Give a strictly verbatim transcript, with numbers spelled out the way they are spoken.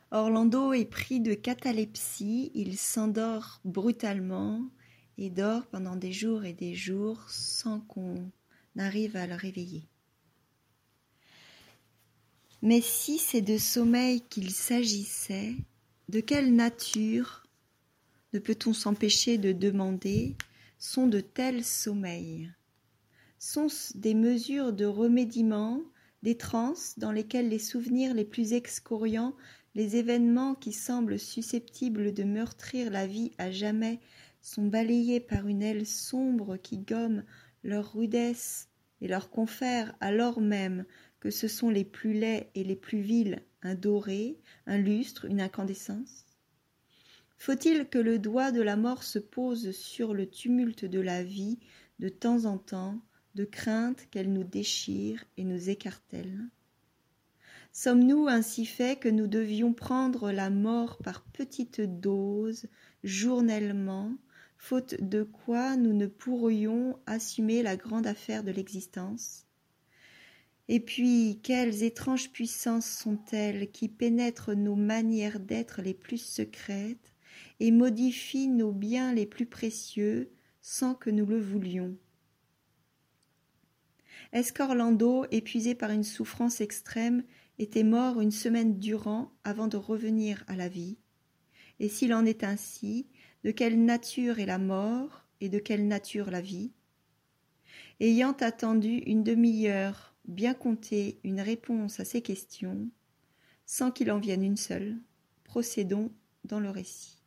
Orlando est pris de catalepsie, il s'endort brutalement et dort pendant des jours et des jours sans qu'on arrive à le réveiller. Mais si c'est de sommeil qu'il s'agissait, de quelle nature, ne peut-on s'empêcher de demander, sont de tels sommeils? Sont-ce des mesures de remédiement, des transes dans lesquelles les souvenirs les plus excoriants, les événements qui semblent susceptibles de meurtrir la vie à jamais, sont balayés par une aile sombre qui gomme leur rudesse et leur confère alors même que ce sont les plus laids et les plus vils, un doré, un lustre, une incandescence? Faut-il que le doigt de la mort se pose sur le tumulte de la vie de temps en temps, de crainte qu'elle nous déchire et nous écartèle? Sommes-nous ainsi faits que nous devions prendre la mort par petites doses, journellement, faute de quoi nous ne pourrions assumer la grande affaire de l'existence? Et puis, quelles étranges puissances sont-elles qui pénètrent nos manières d'être les plus secrètes et modifient nos biens les plus précieux sans que nous le voulions? Est-ce qu'Orlando, épuisé par une souffrance extrême, était mort une semaine durant avant de revenir à la vie? Et s'il en est ainsi, de quelle nature est la mort et de quelle nature la vie? Ayant attendu une demi-heure, bien comptée, une réponse à ces questions, sans qu'il en vienne une seule, procédons dans le récit.